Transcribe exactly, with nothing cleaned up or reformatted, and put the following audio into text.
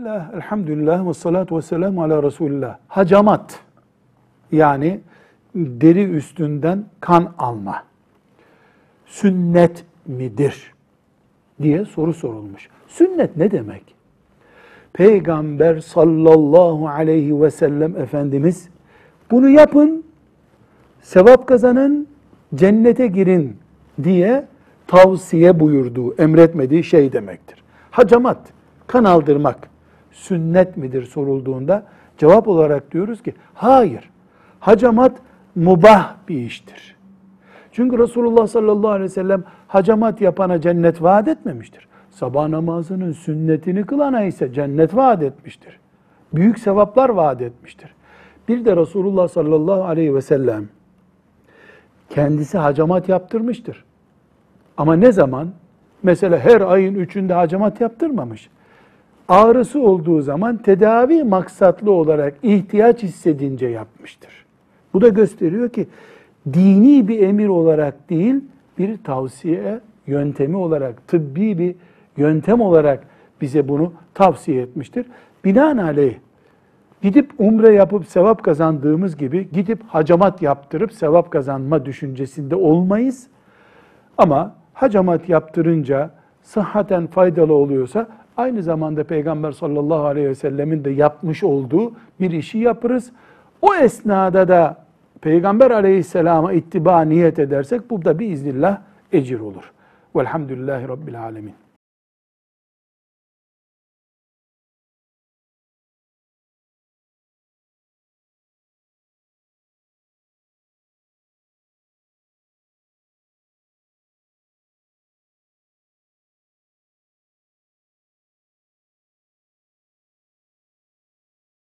Bismillah, elhamdülillah ve salatu ve selamu ala Resulillah. Hacamat, yani deri üstünden kan alma, sünnet midir diye soru sorulmuş. Sünnet ne demek? Peygamber sallallahu aleyhi ve sellem Efendimiz bunu yapın, sevap kazanın, cennete girin diye tavsiye buyurduğu, emretmediği şey demektir. Hacamat, kan aldırmak sünnet midir sorulduğunda cevap olarak diyoruz ki hayır. Hacamat mubah bir iştir. Çünkü Resulullah sallallahu aleyhi ve sellem hacamat yapana cennet vaat etmemiştir. Sabah namazının sünnetini kılana ise cennet vaat etmiştir. Büyük sevaplar vaat etmiştir. Bir de Resulullah sallallahu aleyhi ve sellem kendisi hacamat yaptırmıştır. Ama ne zaman? Mesela her ayın üçünde hacamat yaptırmamış. Ağrısı olduğu zaman tedavi maksatlı olarak ihtiyaç hissedince yapmıştır. Bu da gösteriyor ki dini bir emir olarak değil, bir tavsiye yöntemi olarak, tıbbi bir yöntem olarak bize bunu tavsiye etmiştir. Binaenaleyh gidip umre yapıp sevap kazandığımız gibi gidip hacamat yaptırıp sevap kazanma düşüncesinde olmayız. Ama hacamat yaptırınca sıhhaten faydalı oluyorsa aynı zamanda Peygamber sallallahu aleyhi ve sellemin de yapmış olduğu bir işi yaparız. O esnada da Peygamber aleyhisselama ittiba niyet edersek bu da biiznillah ecir olur. Velhamdülillahi Rabbil alemin.